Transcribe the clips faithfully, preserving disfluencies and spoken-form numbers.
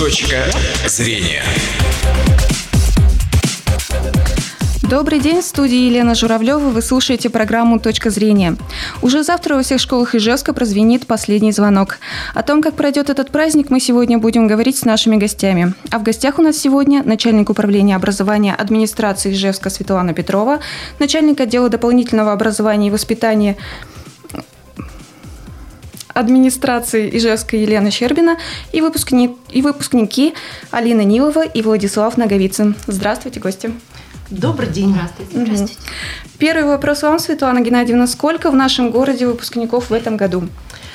Точка зрения. Добрый день, в студии Елена Журавлева. Вы слушаете программу «Точка зрения». Уже завтра во всех школах Ижевска прозвенит последний звонок. О том, как пройдет этот праздник, мы сегодня будем говорить с нашими гостями. А в гостях у нас сегодня начальник управления образования администрации Ижевска Светлана Петрова, начальник отдела дополнительного образования и воспитания администрации Ижевска Елена Щербина и, выпускни... и выпускники Алина Нилова и Владислав Наговицын. Здравствуйте, гости. Добрый день. Здравствуйте. Здравствуйте. Первый вопрос вам, Светлана Геннадьевна. Сколько в нашем городе выпускников в этом году?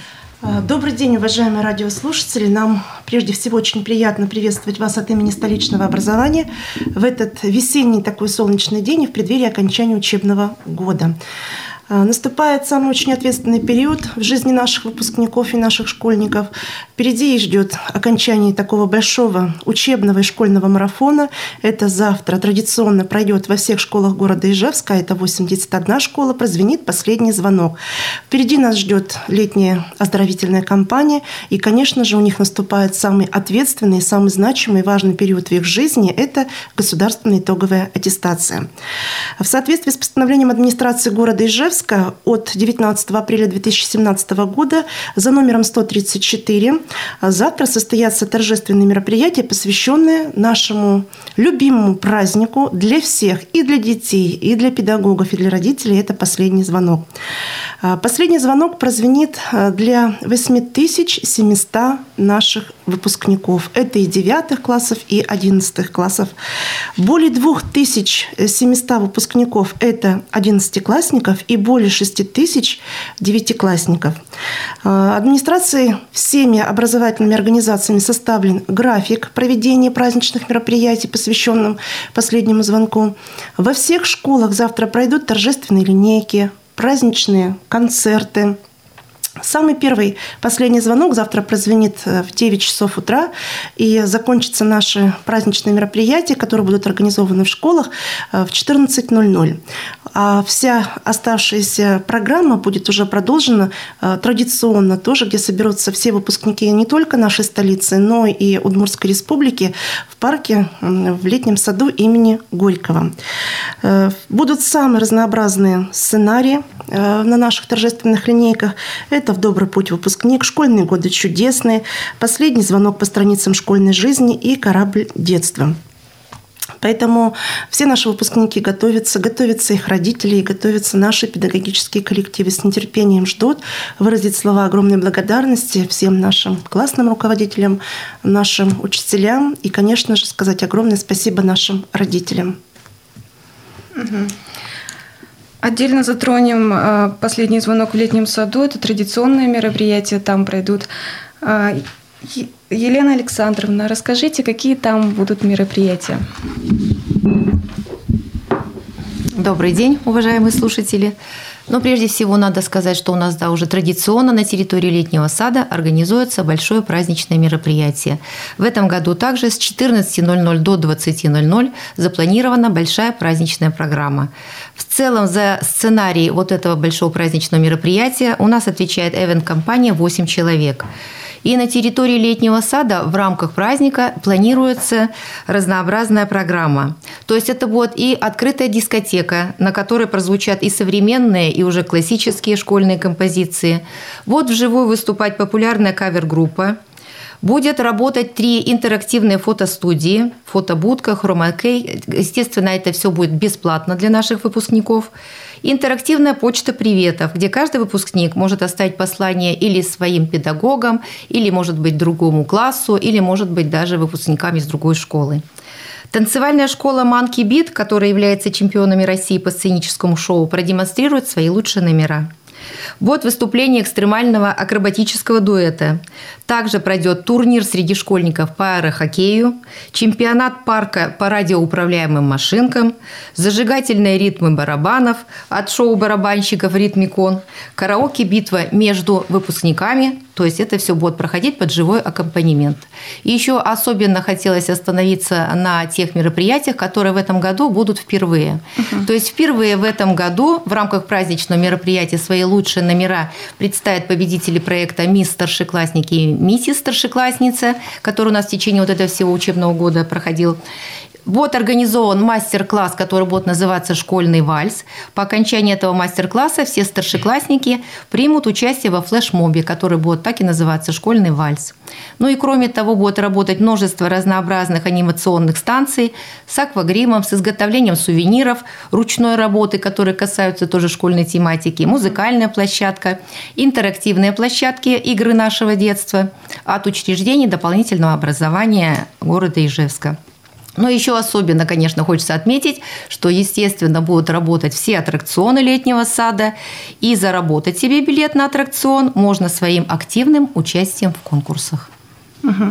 Добрый день, уважаемые радиослушатели. Нам прежде всего очень приятно приветствовать вас от имени столичного образования в этот весенний такой солнечный день и в преддверии окончания учебного года. Наступает самый очень ответственный период в жизни наших выпускников и наших школьников. Впереди их ждет окончание такого большого учебного и школьного марафона. Это завтра традиционно пройдет во всех школах города Ижевска. Это восемьдесят одна школа. Прозвенит последний звонок. Впереди нас ждет летняя оздоровительная кампания. И, конечно же, у них наступает самый ответственный, самый значимый и важный период в их жизни. Это государственная итоговая аттестация. В соответствии с постановлением администрации города Ижевска от девятнадцатого апреля две тысячи семнадцатого года за номером сто тридцать четыре завтра состоятся торжественные мероприятия, посвященные нашему любимому празднику для всех, и для детей, и для педагогов, и для родителей. Это последний звонок. Последний звонок прозвенит для восемь тысяч семьсот наших выпускников. Это и девятых классов, и одиннадцатых классов. Более двух тысяч семисот выпускников – это одиннадцатиклассников, и более шести тысяч девятиклассников. Администрацией всеми образовательными организациями составлен график проведения праздничных мероприятий, посвященным последнему звонку. Во всех школах завтра пройдут торжественные линейки, праздничные концерты. Самый первый, последний звонок завтра прозвенит в девять часов утра, и закончатся наши праздничные мероприятия, которые будут организованы в школах, в четырнадцать ноль ноль. А вся оставшаяся программа будет уже продолжена традиционно, тоже, где соберутся все выпускники не только нашей столицы, но и Удмуртской республики в парке в летнем саду имени Горького. Будут самые разнообразные сценарии на наших торжественных линейках. Это «В добрый путь, выпускник», «Школьные годы чудесные», «Последний звонок по страницам школьной жизни» и «Корабль детства». Поэтому все наши выпускники готовятся, готовятся их родители и готовятся наши педагогические коллективы. С нетерпением ждут выразить слова огромной благодарности всем нашим классным руководителям, нашим учителям и, конечно же, сказать огромное спасибо нашим родителям. Угу. Отдельно затронем э, последний звонок в летнем саду. Это традиционные мероприятия, там пройдут. Э, Елена Александровна, расскажите, какие там будут мероприятия? Добрый день, уважаемые слушатели. Но прежде всего надо сказать, что у нас да, уже традиционно на территории летнего сада организуется большое праздничное мероприятие. В этом году также с четырнадцати ноль ноль до двадцати ноль ноль запланирована большая праздничная программа. В целом за сценарий вот этого большого праздничного мероприятия у нас отвечает эвент-компания восемь человек. И на территории летнего сада в рамках праздника планируется разнообразная программа. То есть это будет и открытая дискотека, на которой прозвучат и современные, и уже классические школьные композиции. Вот вживую выступать популярная кавер-группа. Будет работать три интерактивные фотостудии, фотобудка, хромакей. Естественно, это все будет бесплатно для наших выпускников. Интерактивная почта приветов, где каждый выпускник может оставить послание или своим педагогам, или, может быть, другому классу, или, может быть, даже выпускникам из другой школы. Танцевальная школа Monkey Beat, которая является чемпионами России по сценическому шоу, продемонстрирует свои лучшие номера. Будет выступление экстремального акробатического дуэта. Также пройдет турнир среди школьников по аэрохоккею, чемпионат парка по радиоуправляемым машинкам, зажигательные ритмы барабанов от шоу барабанщиков «Ритмикон», караоке-битва между выпускниками То есть это все будет проходить под живой аккомпанемент. И еще особенно хотелось остановиться на тех мероприятиях, которые в этом году будут впервые. Uh-huh. То есть впервые в этом году в рамках праздничного мероприятия свои лучшие номера представят победители проекта «Мисс Старшеклассники» и «Миссис Старшеклассница», который у нас в течение вот этого всего учебного года проходил. Будет организован мастер-класс, который будет называться «Школьный вальс». По окончании этого мастер-класса все старшеклассники примут участие во флешмобе, который будет так и называться «Школьный вальс». Ну и кроме того, будет работать множество разнообразных анимационных станций с аквагримом, с изготовлением сувениров, ручной работы, которые касаются тоже школьной тематики, музыкальная площадка, интерактивные площадки игры нашего детства от учреждений дополнительного образования города Ижевска. Но еще особенно, конечно, хочется отметить, что, естественно, будут работать все аттракционы летнего сада, и заработать себе билет на аттракцион можно своим активным участием в конкурсах. Угу.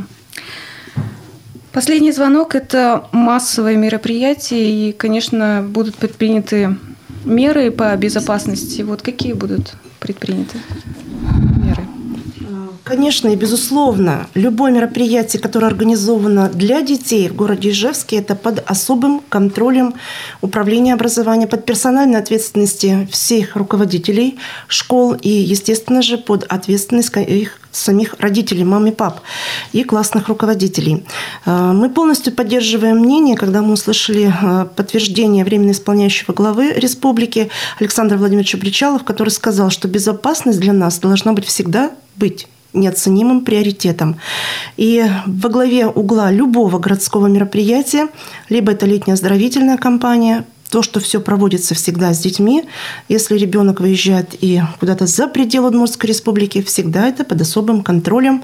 Последний звонок – это массовое мероприятие, и, конечно, будут предприняты меры по безопасности. Вот какие будут предприняты меры? Конечно и безусловно, любое мероприятие, которое организовано для детей в городе Ижевске, это под особым контролем управления образования, под персональной ответственностью всех руководителей школ и, естественно же, под ответственность их самих родителей, мам и пап и классных руководителей. Мы полностью поддерживаем мнение, когда мы услышали подтверждение временно исполняющего главы республики Александра Владимировича Бричалова, который сказал, что безопасность для нас должна быть всегда быть неоценимым приоритетом. И во главе угла любого городского мероприятия, либо это летняя оздоровительная кампания, то, что все проводится всегда с детьми, если ребенок выезжает и куда-то за пределы Удмуртской республики, всегда это под особым контролем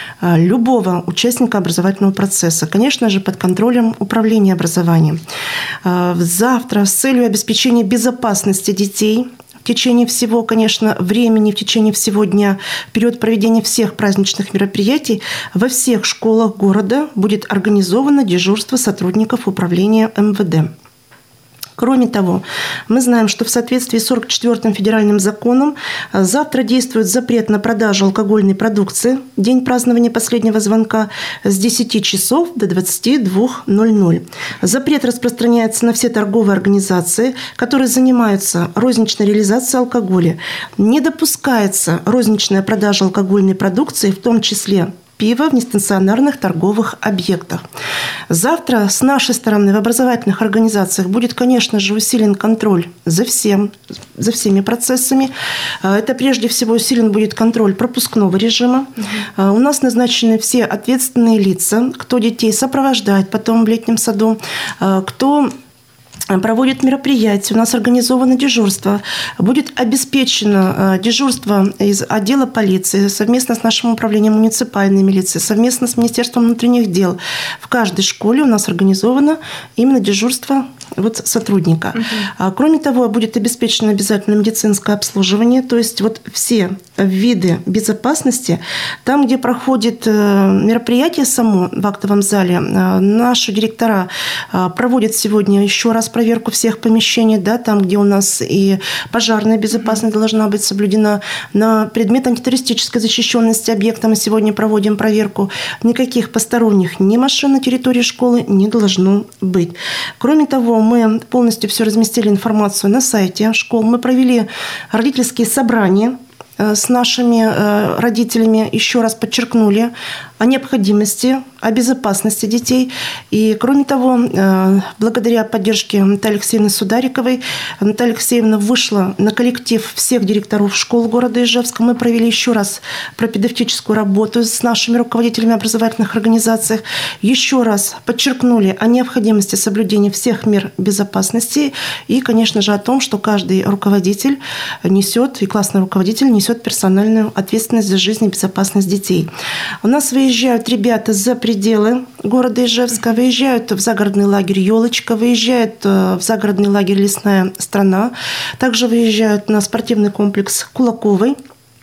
любого участника образовательного процесса. Конечно же, под контролем управления образованием. Завтра с целью обеспечения безопасности детей в течение всего, конечно, времени, в течение всего дня, в период проведения всех праздничных мероприятий, во всех школах города будет организовано дежурство сотрудников управления эм вэ дэ. Кроме того, мы знаем, что в соответствии с сорок четвёртым федеральным законом завтра действует запрет на продажу алкогольной продукции, день празднования последнего звонка, с десяти часов до двадцати двух ноль-ноль. Запрет распространяется на все торговые организации, которые занимаются розничной реализацией алкоголя. Не допускается розничная продажа алкогольной продукции, в том числе пива в нестационарных торговых объектах. Завтра с нашей стороны в образовательных организациях будет, конечно же, усилен контроль за всем, за всеми процессами. Это прежде всего усилен будет контроль пропускного режима. Угу. У нас назначены все ответственные лица, кто детей сопровождает потом в летнем саду, кто проводит мероприятия, у нас организовано дежурство. Будет обеспечено дежурство из отдела полиции совместно с нашим управлением муниципальной милиции, совместно с Министерством внутренних дел. В каждой школе у нас организовано именно дежурство вот сотрудника. Uh-huh. Кроме того, будет обеспечено обязательно медицинское обслуживание, то есть вот все виды безопасности. Там, где проходит мероприятие само в актовом зале, наши директора проводят сегодня еще раз проверку всех помещений, да, там, где у нас и пожарная безопасность должна быть соблюдена. На предмет антитеррористической защищенности объекта мы сегодня проводим проверку. Никаких посторонних ни машин на территории школы не должно быть. Кроме того, мы полностью все разместили информацию на сайте школ. Мы провели родительские собрания с нашими родителями, еще раз подчеркнули о необходимости, о безопасности детей. И, кроме того, благодаря поддержке Натальи Алексеевны Судариковой, Наталья Алексеевна вышла на коллектив всех директоров школ города Ижевска. Мы провели еще раз пропедагогическую работу с нашими руководителями образовательных организаций. Еще раз подчеркнули о необходимости соблюдения всех мер безопасности и, конечно же, о том, что каждый руководитель несет, и классный руководитель несет персональную ответственность за жизнь и безопасность детей. У нас выезжают ребята за пределы города Ижевска, выезжают в загородный лагерь «Елочка», выезжают в загородный лагерь «Лесная страна», также выезжают на спортивный комплекс «Кулаковый»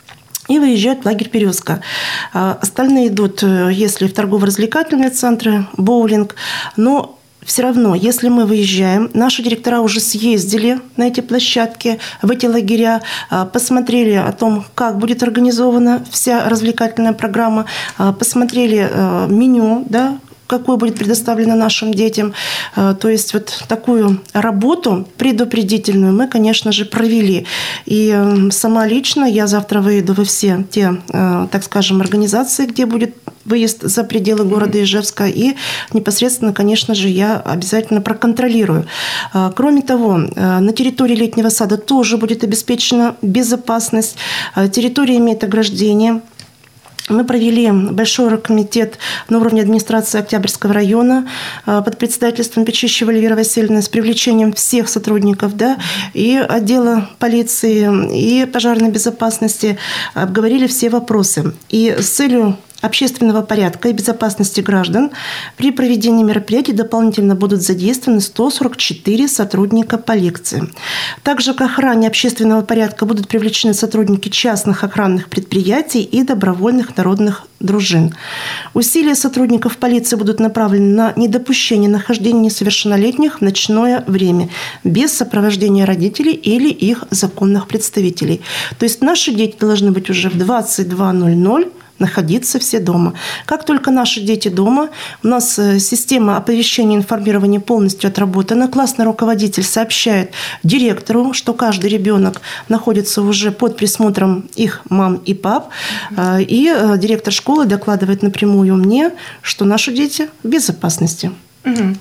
и выезжают в лагерь «Березка». Остальные идут, если в торгово-развлекательные центры, боулинг, но все равно, если мы выезжаем, наши директора уже съездили на эти площадки, в эти лагеря, посмотрели о том, как будет организована вся развлекательная программа, посмотрели меню, да, какое будет предоставлено нашим детям. То есть вот такую работу предупредительную мы, конечно же, провели. И сама лично я завтра выеду во все те, так скажем, организации, где будет выезд за пределы города Ижевска, и непосредственно, конечно же, я обязательно проконтролирую. Кроме того, на территории летнего сада тоже будет обеспечена безопасность. Территория имеет ограждение. Мы провели большой оргкомитет на уровне администрации Октябрьского района под председательством Печищева Эльвиры Васильевны с привлечением всех сотрудников, да, и отдела полиции, и пожарной безопасности, обговорили все вопросы. И с целью общественного порядка и безопасности граждан при проведении мероприятий дополнительно будут задействованы сто сорок четыре сотрудника полиции. Также к охране общественного порядка будут привлечены сотрудники частных охранных предприятий и добровольных народных дружин. Усилия сотрудников полиции будут направлены на недопущение нахождения несовершеннолетних в ночное время без сопровождения родителей или их законных представителей. То есть наши дети должны быть уже в двадцать два ноль ноль находиться все дома. Как только наши дети дома, у нас система оповещения и информирования полностью отработана. Классный руководитель сообщает директору, что каждый ребенок находится уже под присмотром их мам и пап. И директор школы докладывает напрямую мне, что наши дети в безопасности. Угу.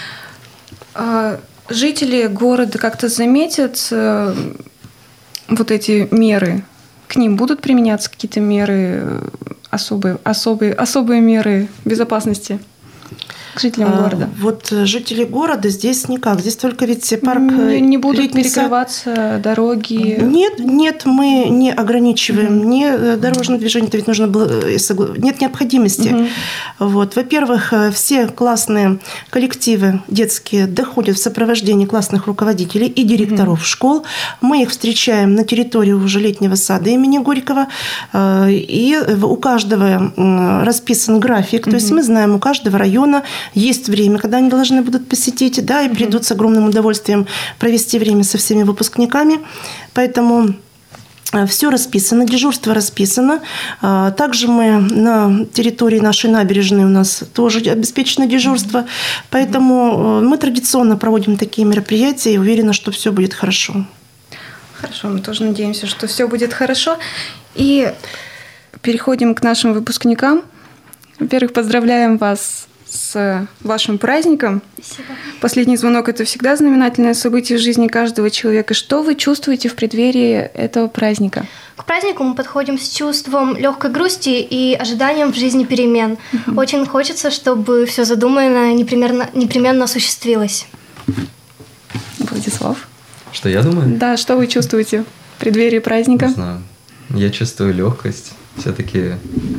А жители города как-то заметят вот эти меры? К ним будут применяться какие-то меры, особые, особые, особые меры безопасности к жителям а, города? Вот жители города здесь никак. Здесь только ведь парк... Не, не будут перекрываться сад. Дороги? Нет, нет, мы не ограничиваем. Mm-hmm. Не дорожное движение, это ведь нужно было... Нет необходимости. Mm-hmm. Вот. Во-первых, все классные коллективы детские доходят в сопровождении классных руководителей и директоров mm-hmm. школ. Мы их встречаем на территории уже летнего сада имени Горького. И у каждого расписан график. Mm-hmm. То есть мы знаем, у каждого района есть время, когда они должны будут посетить, да, и придут с огромным удовольствием провести время со всеми выпускниками. Поэтому все расписано, дежурство расписано. Также мы на территории нашей набережной, у нас тоже обеспечено дежурство. Поэтому мы традиционно проводим такие мероприятия и уверены, что все будет хорошо. Хорошо, мы тоже надеемся, что все будет хорошо. И переходим к нашим выпускникам. Во-первых, поздравляем вас с вашим праздником. Спасибо. Последний звонок – это всегда знаменательное событие в жизни каждого человека. Что вы чувствуете в преддверии этого праздника? К празднику мы подходим с чувством легкой грусти и ожиданием в жизни перемен. Угу. Очень хочется, чтобы все задуманное непременно, непременно осуществилось. Владислав? Что я думаю? Да, что вы чувствуете в преддверии праздника? Не знаю. Я чувствую легкость. Все-таки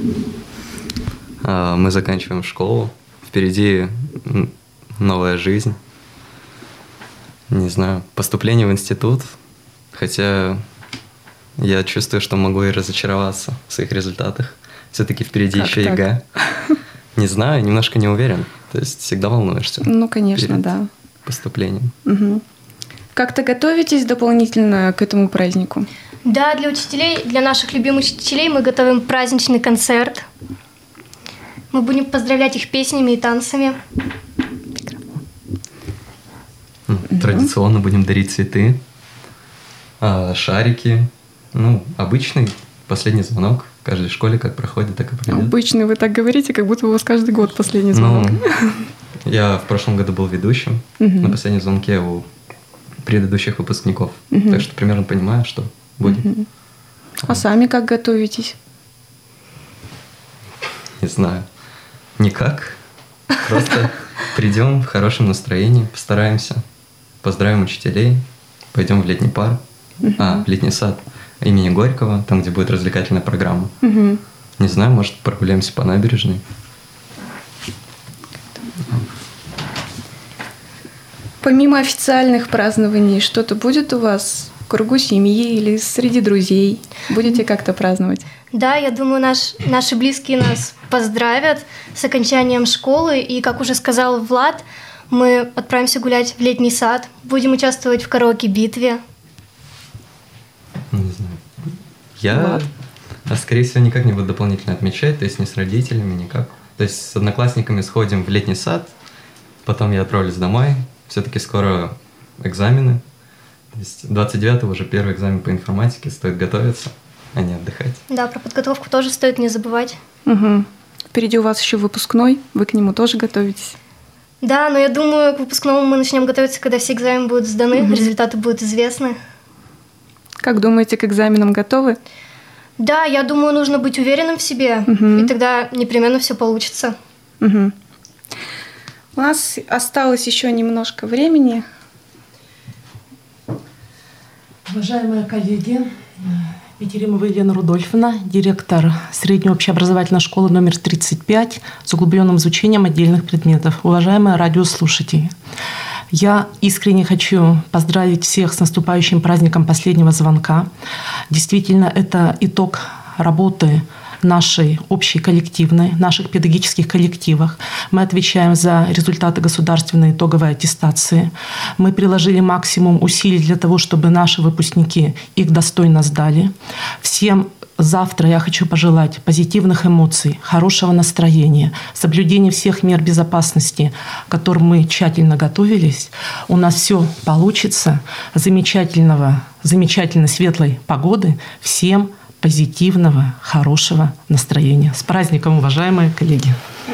э, мы заканчиваем школу. Впереди новая жизнь. Не знаю, поступление в институт. Хотя я чувствую, что могу и разочароваться в своих результатах. Все-таки впереди как еще так? ЕГЭ. Не знаю, немножко не уверен. То есть всегда волнуешься. Ну, конечно, да. Поступлением. Угу. Как-то готовитесь дополнительно к этому празднику? Да, для учителей, для наших любимых учителей мы готовим праздничный концерт. Мы будем поздравлять их песнями и танцами. Традиционно будем дарить цветы, шарики. Ну, обычный последний звонок в каждой школе, как проходит, так и пройдет. Обычный, вы так говорите, как будто у вас каждый год последний звонок. Ну, я в прошлом году был ведущим uh-huh. на последнем звонке у предыдущих выпускников. Uh-huh. Так что примерно понимаю, что будет. Uh-huh. А сами как готовитесь? Не знаю. Никак. Просто придем в хорошем настроении, постараемся, поздравим учителей, пойдем в летний парк, uh-huh. а, в летний сад имени Горького, там, где будет развлекательная программа. Uh-huh. Не знаю, может, прогуляемся по набережной. Помимо официальных празднований, что-то будет у вас в кругу семьи или среди друзей? Будете как-то праздновать? Да, я думаю, наш, наши близкие нас поздравят с окончанием школы. И, как уже сказал Влад, Мы отправимся гулять в летний сад, будем участвовать в караоке-битве. Не знаю. Я, а, скорее всего, никак не буду дополнительно отмечать, то есть не с родителями, никак. То есть с одноклассниками сходим в летний сад, потом я отправлюсь домой. Все-таки скоро экзамены. То есть двадцать девятого уже первый экзамен по информатике, стоит готовиться, а не отдыхать. Да, про подготовку тоже стоит не забывать. Угу. Впереди у вас еще выпускной, вы к нему тоже готовитесь? Да, но я думаю, к выпускному мы начнем готовиться, когда все экзамены будут сданы, угу. результаты будут известны. Как думаете, к экзаменам готовы? Да, я думаю, нужно быть уверенным в себе, угу. и тогда непременно все получится. Угу. У нас осталось еще немножко времени. Уважаемые коллеги, Петеримова Елена Рудольфовна, директор средней общеобразовательной школы номер тридцать пять с углубленным изучением отдельных предметов. Уважаемые радиослушатели, я искренне хочу поздравить всех с наступающим праздником последнего звонка. Действительно, это итог работы нашей общей коллективной, наших педагогических коллективах. Мы отвечаем за результаты государственной итоговой аттестации. Мы приложили максимум усилий для того, чтобы наши выпускники их достойно сдали. Всем завтра я хочу пожелать позитивных эмоций, хорошего настроения, соблюдения всех мер безопасности, к которым мы тщательно готовились. У нас все получится. Замечательного, замечательной светлой погоды. Всем позитивного, хорошего настроения. С праздником, уважаемые коллеги!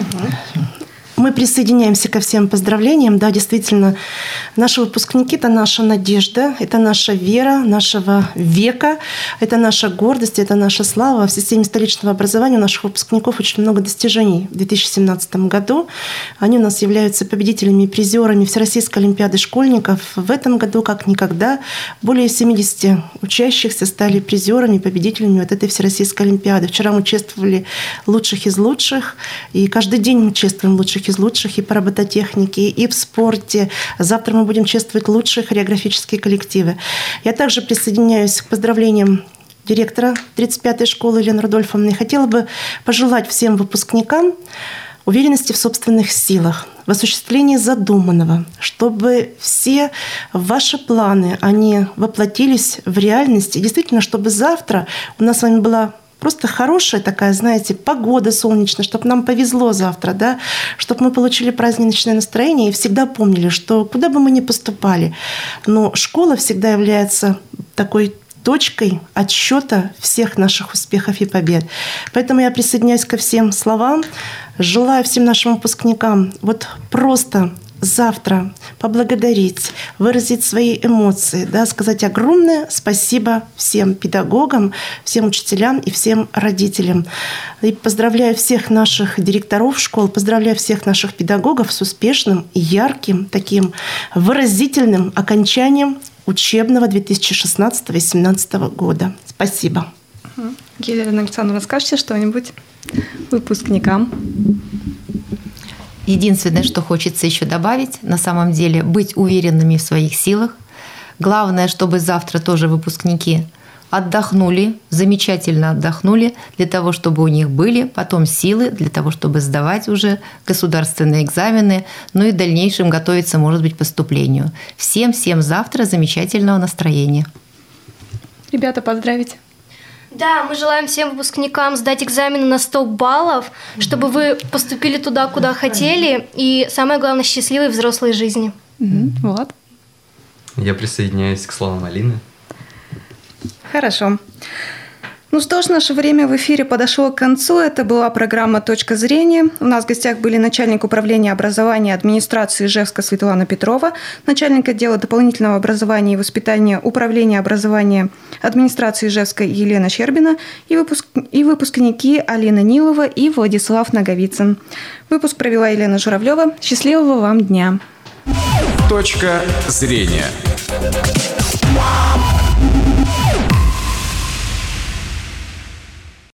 Мы присоединяемся ко всем поздравлениям. Да, действительно, наши выпускники – это наша надежда, это наша вера нашего века, это наша гордость, это наша слава. В системе столичного образования у наших выпускников очень много достижений в две тысячи семнадцатом году. Они у нас являются победителями и призерами Всероссийской олимпиады школьников. В этом году, как никогда, более семидесяти учащихся стали призерами, победителями вот этой Всероссийской олимпиады. Вчера мы чествовали лучших из лучших, и каждый день мы чествуем лучших из лучших и по робототехнике, и в спорте. Завтра мы будем чествовать лучшие хореографические коллективы. Я также присоединяюсь к поздравлениям директора тридцать пятой школы Елены Рудольфовны. Хотела бы пожелать всем выпускникам уверенности в собственных силах, в осуществлении задуманного, чтобы все ваши планы, они воплотились в реальность. И действительно, чтобы завтра у нас с вами была просто хорошая такая, знаете, погода солнечная, чтобы нам повезло завтра, да, чтобы мы получили праздничное настроение и всегда помнили, что куда бы мы ни поступали, но школа всегда является такой точкой отсчета всех наших успехов и побед. Поэтому я присоединяюсь ко всем словам, желаю всем нашим выпускникам вот просто завтра поблагодарить, выразить свои эмоции, да, сказать огромное спасибо всем педагогам, всем учителям и всем родителям. И поздравляю всех наших директоров школ, поздравляю всех наших педагогов с успешным, ярким, таким выразительным окончанием учебного две тысячи шестнадцатого — две тысячи семнадцатого года. Спасибо. Елена Александровна, скажете что-нибудь выпускникам? Единственное, что хочется еще добавить, на самом деле, быть уверенными в своих силах. Главное, чтобы завтра тоже выпускники отдохнули, замечательно отдохнули, для того, чтобы у них были потом силы, для того, чтобы сдавать уже государственные экзамены, ну и в дальнейшем готовиться, может быть, к поступлению. Всем-всем завтра замечательного настроения. Ребята, поздравить. Да, мы желаем всем выпускникам сдать экзамены на сто баллов, чтобы вы поступили туда, куда хотели, и самое главное, счастливой взрослой жизни. Угу. Влад? Я присоединяюсь к словам Алины. Хорошо. Ну что ж, наше время в эфире подошло к концу. Это была программа «Точка зрения». У нас в гостях были начальник управления образования администрации Ижевска Светлана Петрова, начальник отдела дополнительного образования и воспитания управления образования администрации Ижевска Елена Щербина и, выпуск... и выпускники Алина Нилова и Владислав Наговицын. Выпуск провела Елена Журавлева. Счастливого вам дня! «Точка зрения».